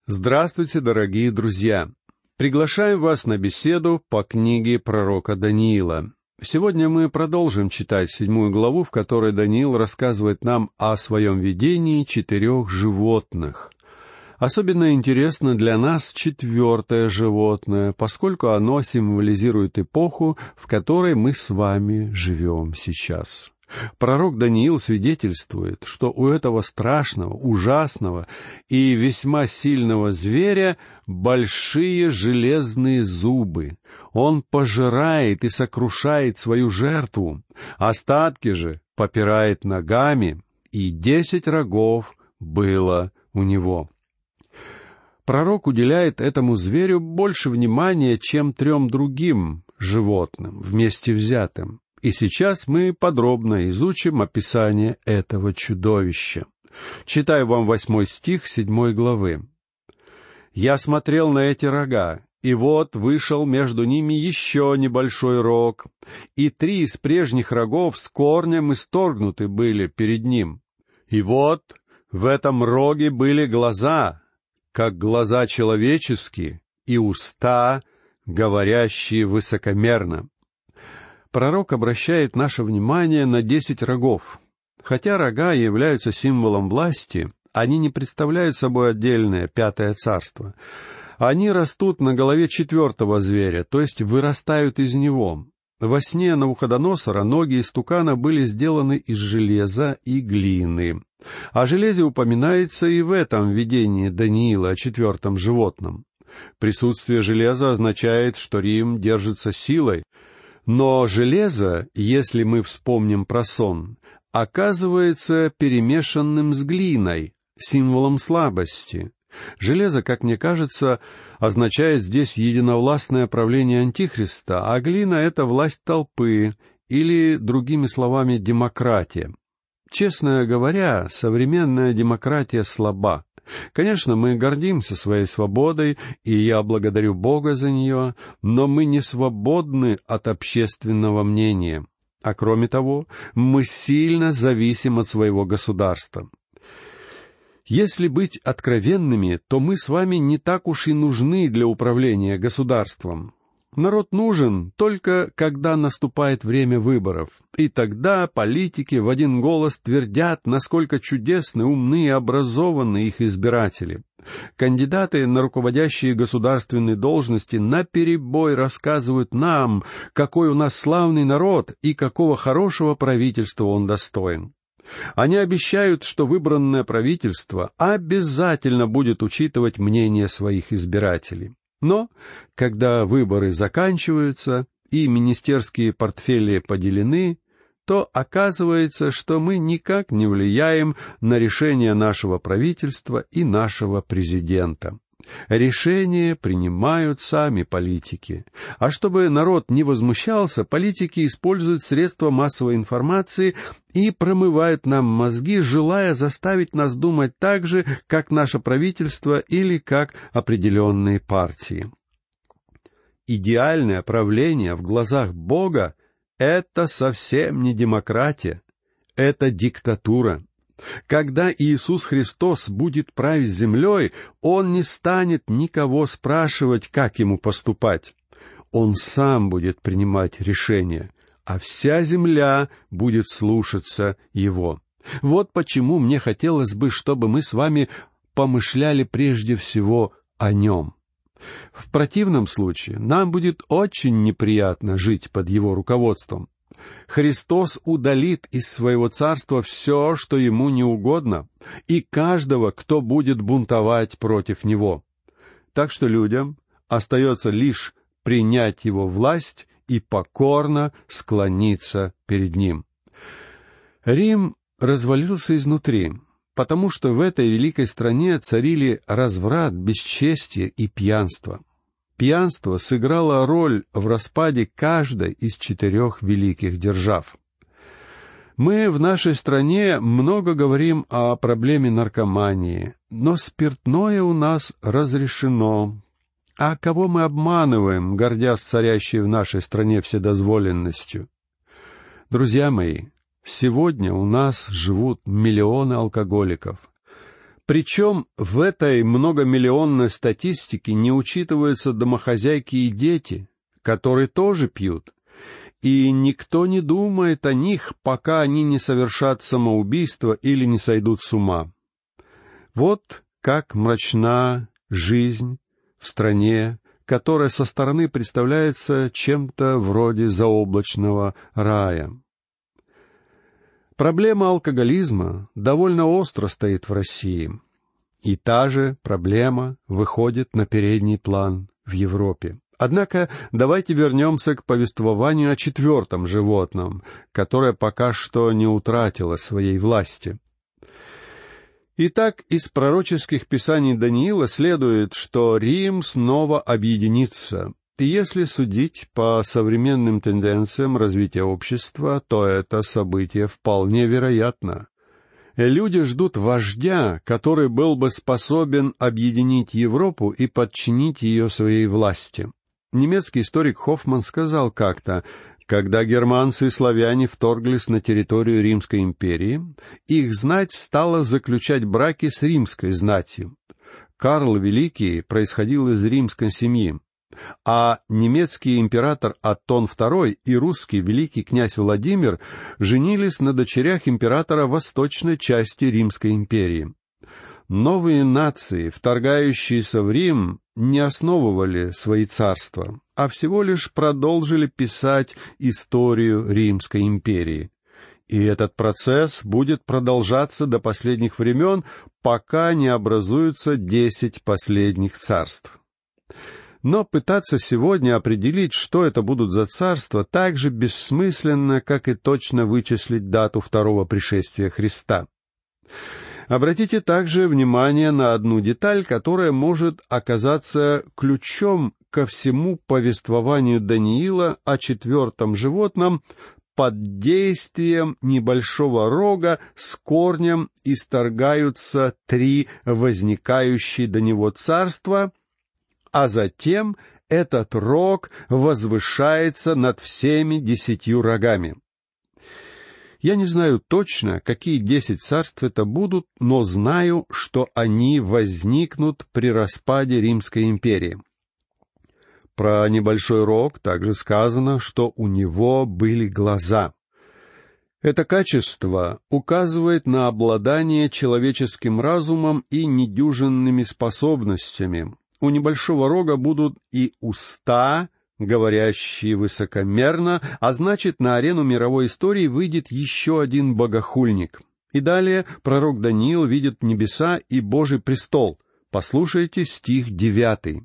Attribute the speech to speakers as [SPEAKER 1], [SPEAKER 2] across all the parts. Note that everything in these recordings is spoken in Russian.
[SPEAKER 1] Здравствуйте, дорогие друзья! Приглашаем вас на беседу по книге пророка Даниила. Сегодня мы продолжим читать 7 главу, в которой Даниил рассказывает нам о своем видении 4 животных. Особенно интересно для нас 4 животное, поскольку оно символизирует эпоху, в которой мы с вами живем сейчас. Пророк Даниил свидетельствует, что у этого страшного, ужасного и весьма сильного зверя большие железные зубы. Он пожирает и сокрушает свою жертву, остатки же попирает ногами, и 10 рогов было у него. Пророк уделяет этому зверю больше внимания, чем 3 другим животным, вместе взятым. И сейчас мы подробно изучим описание этого чудовища. Читаю вам 8 стих 7 главы. «Я смотрел на эти рога, и вот вышел между ними еще небольшой рог, и 3 из прежних рогов с корнем исторгнуты были перед ним. И вот в этом роге были глаза, как глаза человеческие, и уста, говорящие высокомерно». Пророк обращает наше внимание на 10 рогов. Хотя рога являются символом власти, они не представляют собой отдельное 5-е царство. Они растут на голове 4-го зверя, то есть вырастают из него. Во сне Навуходоносора ноги истукана были сделаны из железа и глины. О железе упоминается и в этом видении Даниила о 4-м животном. Присутствие железа означает, что Рим держится силой, но железо, если мы вспомним про сон, оказывается перемешанным с глиной, символом слабости. Железо, как мне кажется, означает здесь единовластное правление Антихриста, а глина — это власть толпы, или, другими словами, демократия. Честно говоря, современная демократия слаба. Конечно, мы гордимся своей свободой, и я благодарю Бога за нее, но мы не свободны от общественного мнения. А кроме того, мы сильно зависим от своего государства. Если быть откровенными, то мы с вами не так уж и нужны для управления государством. Народ нужен только когда наступает время выборов, и тогда политики в один голос твердят, насколько чудесны, умны и образованы их избиратели. Кандидаты на руководящие государственные должности наперебой рассказывают нам, какой у нас славный народ и какого хорошего правительства он достоин. Они обещают, что выбранное правительство обязательно будет учитывать мнение своих избирателей. Но, когда выборы заканчиваются и министерские портфели поделены, то оказывается, что мы никак не влияем на решение нашего правительства и нашего президента. Решения принимают сами политики. А чтобы народ не возмущался, политики используют средства массовой информации и промывают нам мозги, желая заставить нас думать так же, как наше правительство или как определенные партии. Идеальное правление в глазах Бога — это совсем не демократия, это диктатура. Когда Иисус Христос будет править землей, Он не станет никого спрашивать, как Ему поступать. Он сам будет принимать решения, а вся земля будет слушаться Его. Вот почему мне хотелось бы, чтобы мы с вами помышляли прежде всего о Нем. В противном случае нам будет очень неприятно жить под Его руководством. Христос удалит из своего царства все, что Ему не угодно, и каждого, кто будет бунтовать против Него. Так что людям остается лишь принять Его власть и покорно склониться перед Ним. Рим развалился изнутри, потому что в этой великой стране царили разврат, бесчестие и пьянство. Пьянство сыграло роль в распаде каждой из 4 великих держав. Мы в нашей стране много говорим о проблеме наркомании, но спиртное у нас разрешено. А кого мы обманываем, гордясь царящей в нашей стране вседозволенностью? Друзья мои, сегодня у нас живут миллионы алкоголиков. Причем в этой многомиллионной статистике не учитываются домохозяйки и дети, которые тоже пьют. И никто не думает о них, пока они не совершат самоубийство или не сойдут с ума. Вот как мрачна жизнь в стране, которая со стороны представляется чем-то вроде заоблачного рая. Проблема алкоголизма довольно остро стоит в России. И та же проблема выходит на передний план в Европе. Однако давайте вернемся к повествованию о четвертом животном, которое пока что не утратило своей власти. Итак, из пророческих писаний Даниила следует, что Рим снова объединится. И если судить по современным тенденциям развития общества, то это событие вполне вероятно. Люди ждут вождя, который был бы способен объединить Европу и подчинить ее своей власти. Немецкий историк Хоффман сказал как-то: когда германцы и славяне вторглись на территорию Римской империи, их знать стала заключать браки с римской знатью. Карл Великий происходил из римской семьи, а немецкий император Оттон II и русский великий князь Владимир женились на дочерях императора восточной части Римской империи. Новые нации, вторгающиеся в Рим, не основывали свои царства, а всего лишь продолжили писать историю Римской империи. И этот процесс будет продолжаться до последних времен, пока не образуются 10 последних царств. Но пытаться сегодня определить, что это будут за царства, так же бессмысленно, как и точно вычислить дату второго пришествия Христа. Обратите также внимание на одну деталь, которая может оказаться ключом ко всему повествованию Даниила о четвертом животном. Под действием небольшого рога с корнем исторгаются 3 возникающие до него царства, а затем этот рог возвышается над всеми 10 рогами. Я не знаю точно, какие 10 царств это будут, но знаю, что они возникнут при распаде Римской империи. Про небольшой рог также сказано, что у него были глаза. Это качество указывает на обладание человеческим разумом и недюжинными способностями. У небольшого рога будут и уста, говорящие высокомерно, а значит, на арену мировой истории выйдет еще один богохульник. И далее пророк Даниил видит небеса и Божий престол. Послушайте стих 9.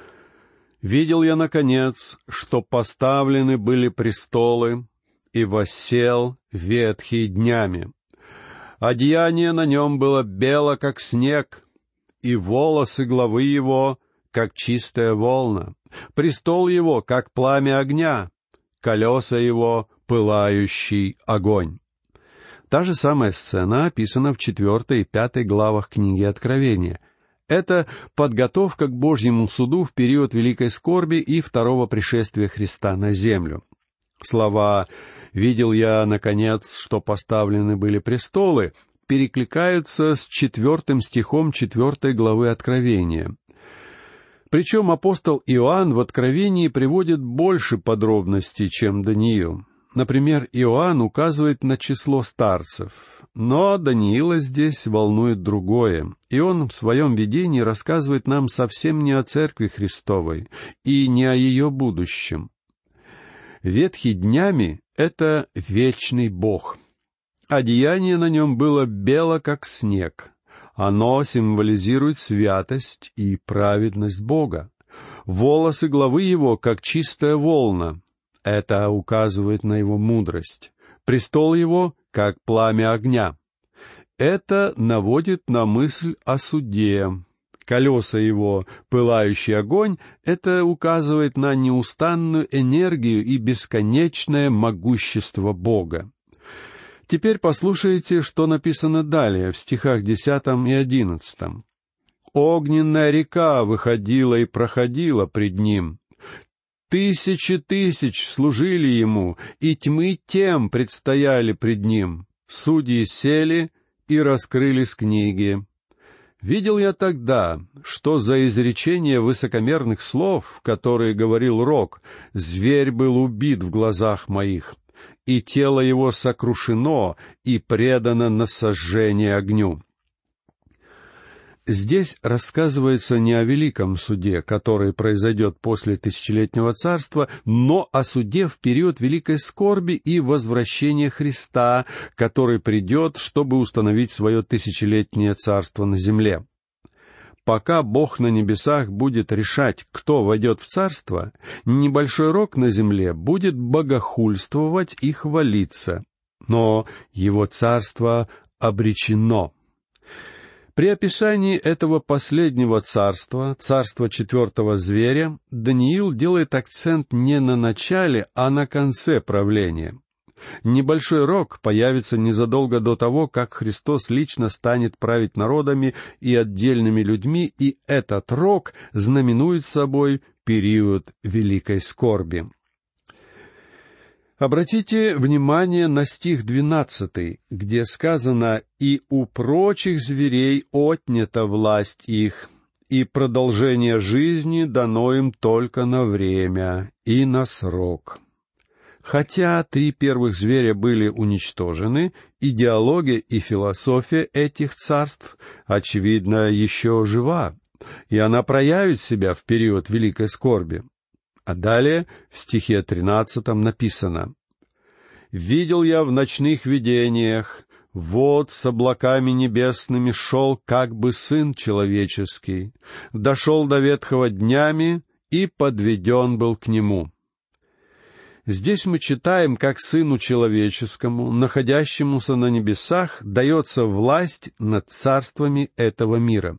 [SPEAKER 1] «Видел я, наконец, что поставлены были престолы, и воссел ветхий днями. Одеяние на нем было бело, как снег, и волосы главы его, как чистая волна, престол его, как пламя огня, колеса его, пылающий огонь». Та же самая сцена описана в 4 и 5 главах книги Откровения. Это подготовка к Божьему суду в период Великой скорби и второго пришествия Христа на землю. Слова «видел я, наконец, что поставлены были престолы» перекликаются с 4 стихом 4 главы Откровения. Причем апостол Иоанн в Откровении приводит больше подробностей, чем Даниил. Например, Иоанн указывает на число старцев, но Даниила здесь волнует другое, и он в своем видении рассказывает нам совсем не о Церкви Христовой и не о ее будущем. Ветхий днями — это вечный Бог. Одеяние на нем было бело, как снег. Оно символизирует святость и праведность Бога. Волосы главы его, как чистая волна. Это указывает на его мудрость. Престол его, как пламя огня. Это наводит на мысль о суде. Колеса его, пылающий огонь, это указывает на неустанную энергию и бесконечное могущество Бога. Теперь послушайте, что написано далее в стихах 10 и 11. «Огненная река выходила и проходила пред ним. 1000 тысяч служили ему, и тьмы тем предстояли пред ним. Судьи сели и раскрылись книги. «Видел я тогда, что за изречение высокомерных слов, которые говорил Рок, зверь был убит в глазах моих, и тело его сокрушено и предано на сожжение огню». Здесь рассказывается не о великом суде, который произойдет после тысячелетнего царства, но о суде в период великой скорби и возвращения Христа, который придет, чтобы установить свое тысячелетнее царство на земле. Пока Бог на небесах будет решать, кто войдет в царство, небольшой Рок на земле будет богохульствовать и хвалиться, но его царство обречено. При описании этого последнего царства, царства четвертого зверя, Даниил делает акцент не на начале, а на конце правления. Небольшой Рок появится незадолго до того, как Христос лично станет править народами и отдельными людьми, и этот Рок знаменует собой период великой скорби. Обратите внимание на стих 12, где сказано: «И у прочих зверей отнята власть их, и продолжение жизни дано им только на время и на срок». Хотя 3 первых зверя были уничтожены, идеология и философия этих царств, очевидно, еще жива, и она проявит себя в период великой скорби. А далее в стихе 13 написано: «Видел я в ночных видениях, вот с облаками небесными шел как бы Сын Человеческий, дошел до ветхого днями и подведен был к Нему». Здесь мы читаем, как Сыну Человеческому, находящемуся на небесах, дается власть над царствами этого мира.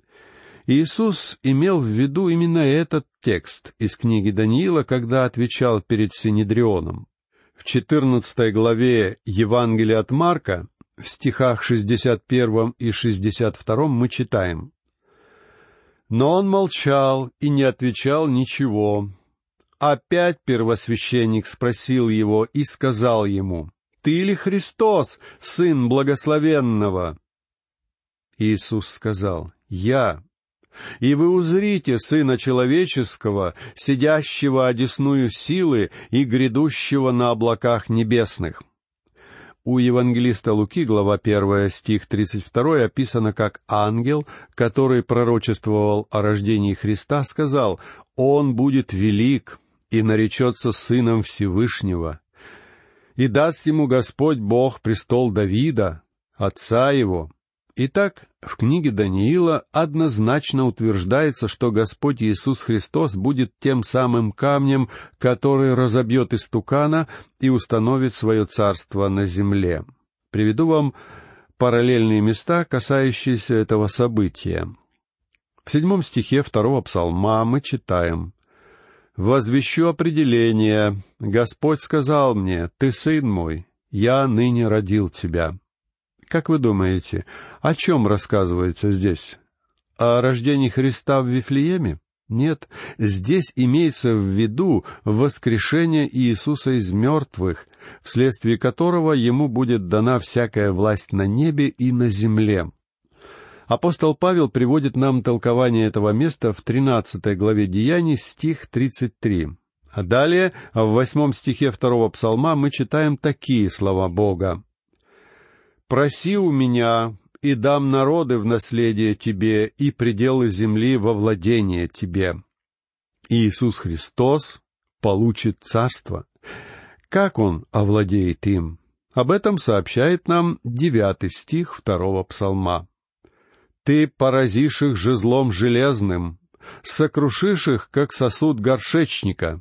[SPEAKER 1] Иисус имел в виду именно этот текст из книги Даниила, когда отвечал перед Синедрионом. В 14 главе Евангелия от Марка, в стихах 61 и 62 мы читаем: «Но он молчал и не отвечал ничего. Опять первосвященник спросил его и сказал ему: «Ты ли Христос, Сын Благословенного?» Иисус сказал: «Я. И вы узрите Сына Человеческого, сидящего одесную силы и грядущего на облаках небесных». У евангелиста Луки, глава 1, стих 32, описано, как ангел, который пророчествовал о рождении Христа, сказал: «Он будет велик и наречется Сыном Всевышнего, и даст ему Господь Бог престол Давида, отца его». Итак, в книге Даниила однозначно утверждается, что Господь Иисус Христос будет тем самым камнем, который разобьет истукана и установит свое царство на земле. Приведу вам параллельные места, касающиеся этого события. В 7 стихе 2 псалма мы читаем: «Возвещу определение. Господь сказал мне: Ты сын мой, я ныне родил тебя». Как вы думаете, о чем рассказывается здесь? О рождении Христа в Вифлееме? Нет, здесь имеется в виду воскрешение Иисуса из мертвых, вследствие которого ему будет дана всякая власть на небе и на земле. Апостол Павел приводит нам толкование этого места в 13 главе Деяний, стих 33. А далее, в 8 стихе 2 псалма, мы читаем такие слова Бога: «Проси у меня, и дам народы в наследие тебе, и пределы земли во владение тебе». Иисус Христос получит царство. Как Он овладеет им? Об этом сообщает нам 9 стих 2 псалма. «Ты поразишь их жезлом железным, сокрушишь их, как сосуд горшечника».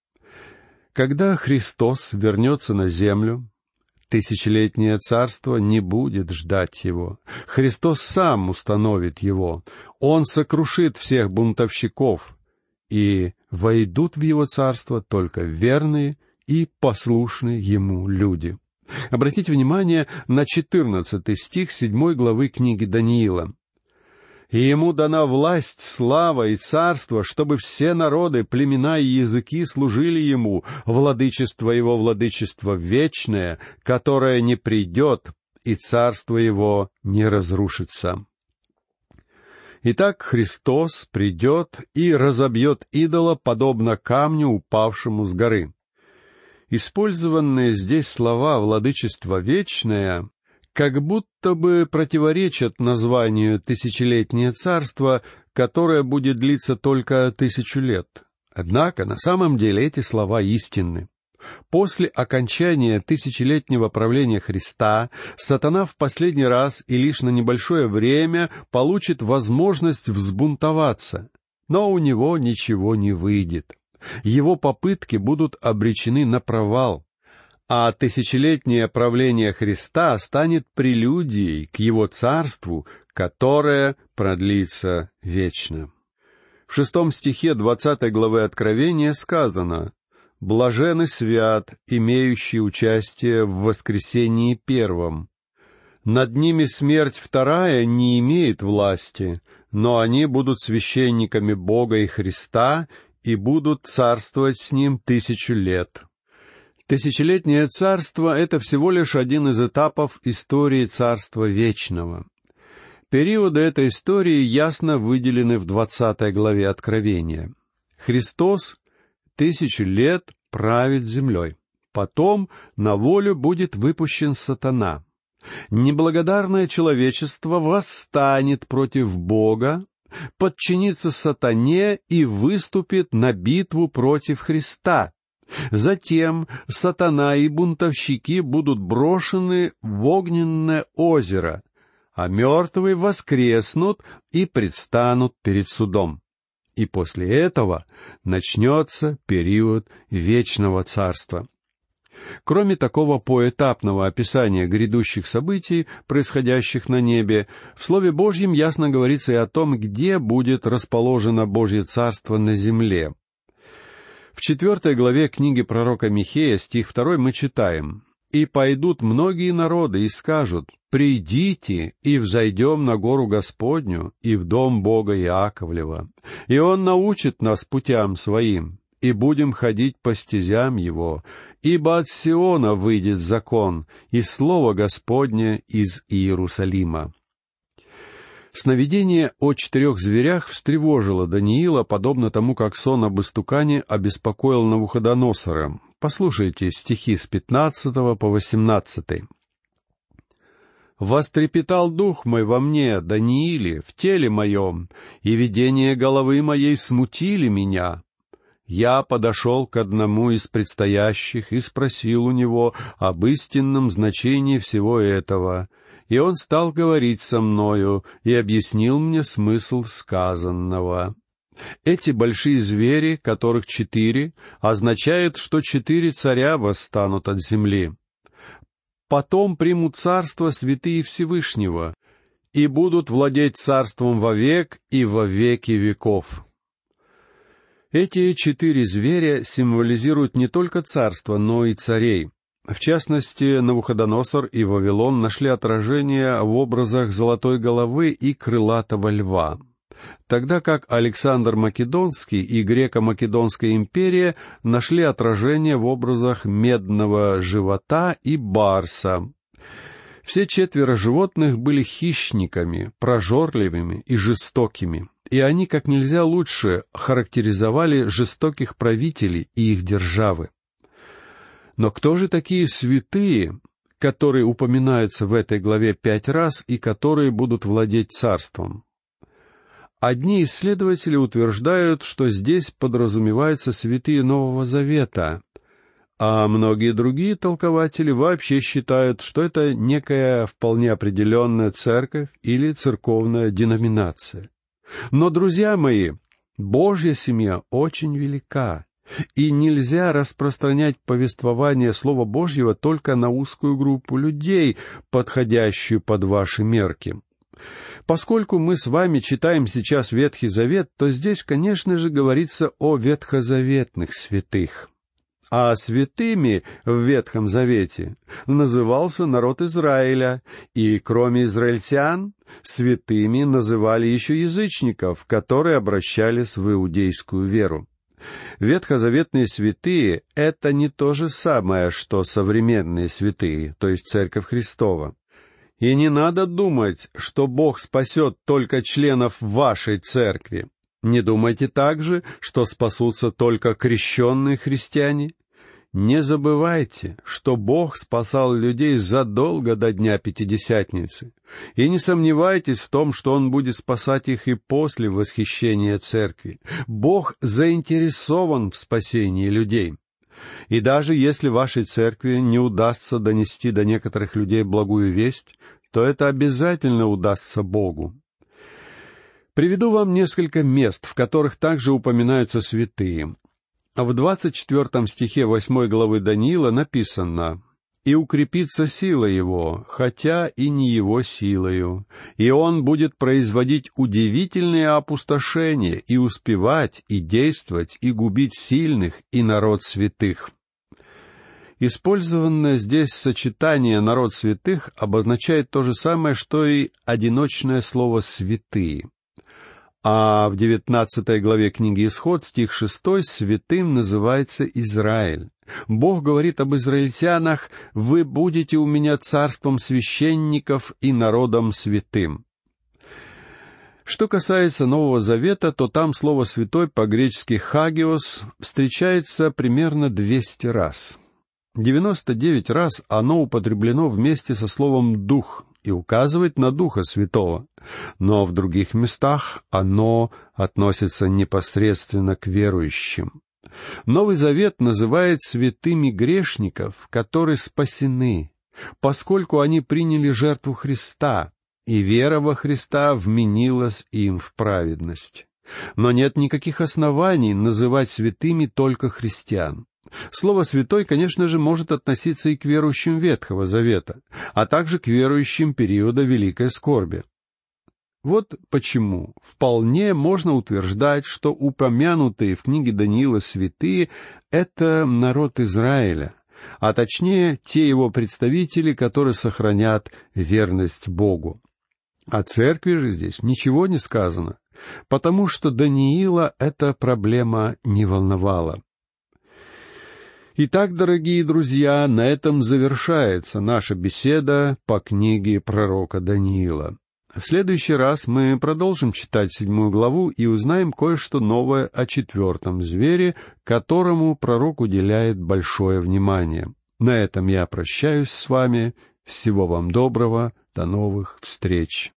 [SPEAKER 1] Когда Христос вернется на землю, тысячелетнее царство не будет ждать его. Христос сам установит его. Он сокрушит всех бунтовщиков, и войдут в его царство только верные и послушные ему люди. Обратите внимание на 14 стих 7 главы книги Даниила. «И ему дана власть, слава и царство, чтобы все народы, племена и языки служили ему, владычество его владычество вечное, которое не придет, и царство его не разрушится». Итак, Христос придет и разобьет идола, подобно камню, упавшему с горы. Использованные здесь слова «владычество вечное» как будто бы противоречат названию «тысячелетнее царство», которое будет длиться только 1000 лет. Однако, на самом деле, эти слова истинны. После окончания тысячелетнего правления Христа сатана в последний раз и лишь на небольшое время получит возможность взбунтоваться, но у него ничего не выйдет. Его попытки будут обречены на провал, а тысячелетнее правление Христа станет прелюдией к Его царству, которое продлится вечно. В 6 стихе 20 главы Откровения сказано: «Блажен и свят, имеющий участие в воскресении первом. Над ними смерть вторая не имеет власти, но они будут священниками Бога и Христа и будут царствовать с Ним 1000 лет». Тысячелетнее царство — это всего лишь один из этапов истории Царства Вечного. Периоды этой истории ясно выделены в 20 главе Откровения. Христос 1000 лет правит землей. Потом на волю будет выпущен сатана. Неблагодарное человечество восстанет против Бога, подчинится сатане и выступит на битву против Христа. Затем сатана и бунтовщики будут брошены в огненное озеро, а мертвые воскреснут и предстанут перед судом. И после этого начнется период вечного царства. Кроме такого поэтапного описания грядущих событий, происходящих на небе, в Слове Божьем ясно говорится и о том, где будет расположено Божье царство на земле. В 4 главе книги пророка Михея, стих 2, мы читаем: «И пойдут многие народы и скажут: придите и взойдем на гору Господню и в дом Бога Иаковлева, и Он научит нас путям Своим, и будем ходить по стезям Его, ибо от Сиона выйдет закон, и слово Господне из Иерусалима». Сновидение о 4 зверях встревожило Даниила, подобно тому, как сон об истукане обеспокоил Навуходоносора. Послушайте стихи с 15 по 18. «Вострепетал дух мой во мне, Данииле, в теле моем, и видения головы моей смутили меня. Я подошел к одному из предстоящих и спросил у него об истинном значении всего этого, и он стал говорить со мною и объяснил мне смысл сказанного. Эти большие звери, которых 4, означают, что 4 царя восстанут от земли. Потом примут царство святые Всевышнего и будут владеть царством вовек и во веки веков». Эти 4 зверя символизируют не только царство, но и царей. В частности, Навуходоносор и Вавилон нашли отражение в образах золотой головы и крылатого льва, тогда как Александр Македонский и Греко-Македонская империя нашли отражение в образах медного живота и барса. Все 4 животных были хищниками, прожорливыми и жестокими, и они как нельзя лучше характеризовали жестоких правителей и их державы. Но кто же такие святые, которые упоминаются в этой главе 5 раз и которые будут владеть царством? Одни исследователи утверждают, что здесь подразумеваются святые Нового Завета, а многие другие толкователи вообще считают, что это некая вполне определенная церковь или церковная деноминация. Но, друзья мои, Божья семья очень велика, и нельзя распространять повествование Слова Божьего только на узкую группу людей, подходящую под ваши мерки. Поскольку мы с вами читаем сейчас Ветхий Завет, то здесь, конечно же, говорится о ветхозаветных святых. А святыми в Ветхом Завете назывался народ Израиля, и кроме израильтян, святыми называли еще язычников, которые обращались в иудейскую веру. Ветхозаветные святые — это не то же самое, что современные святые, то есть Церковь Христова. И не надо думать, что Бог спасет только членов вашей церкви. Не думайте также, что спасутся только крещенные христиане. Не забывайте, что Бог спасал людей задолго до Дня Пятидесятницы, и не сомневайтесь в том, что Он будет спасать их и после восхищения церкви. Бог заинтересован в спасении людей. И даже если вашей церкви не удастся донести до некоторых людей благую весть, то это обязательно удастся Богу. Приведу вам несколько мест, в которых также упоминаются святые. В 24 стихе 8 главы Даниила написано: «И укрепится сила его, хотя и не его силою, и он будет производить удивительные опустошения, и успевать, и действовать, и губить сильных, и народ святых». Использованное здесь сочетание «народ святых» обозначает то же самое, что и одиночное слово «святые». А в 19 главе книги Исход, стих 6, святым называется Израиль. Бог говорит об израильтянах: «Вы будете у меня царством священников и народом святым». Что касается Нового Завета, то там слово «святой» по-гречески «хагиос» встречается примерно 200 раз. 99 раз оно употреблено вместе со словом «дух» и указывает на Духа Святого, но в других местах оно относится непосредственно к верующим. Новый Завет называет святыми грешников, которые спасены, поскольку они приняли жертву Христа, и вера во Христа вменилась им в праведность. Но нет никаких оснований называть святыми только христиан. Слово «святой», конечно же, может относиться и к верующим Ветхого Завета, а также к верующим периода Великой Скорби. Вот почему вполне можно утверждать, что упомянутые в книге Даниила святые — это народ Израиля, а точнее те его представители, которые сохранят верность Богу. О церкви же здесь ничего не сказано, потому что Даниила эта проблема не волновала. Итак, дорогие друзья, на этом завершается наша беседа по книге пророка Даниила. В следующий раз мы продолжим читать 7 главу и узнаем кое-что новое о 4 звере, которому пророк уделяет большое внимание. На этом я прощаюсь с вами. Всего вам доброго. До новых встреч.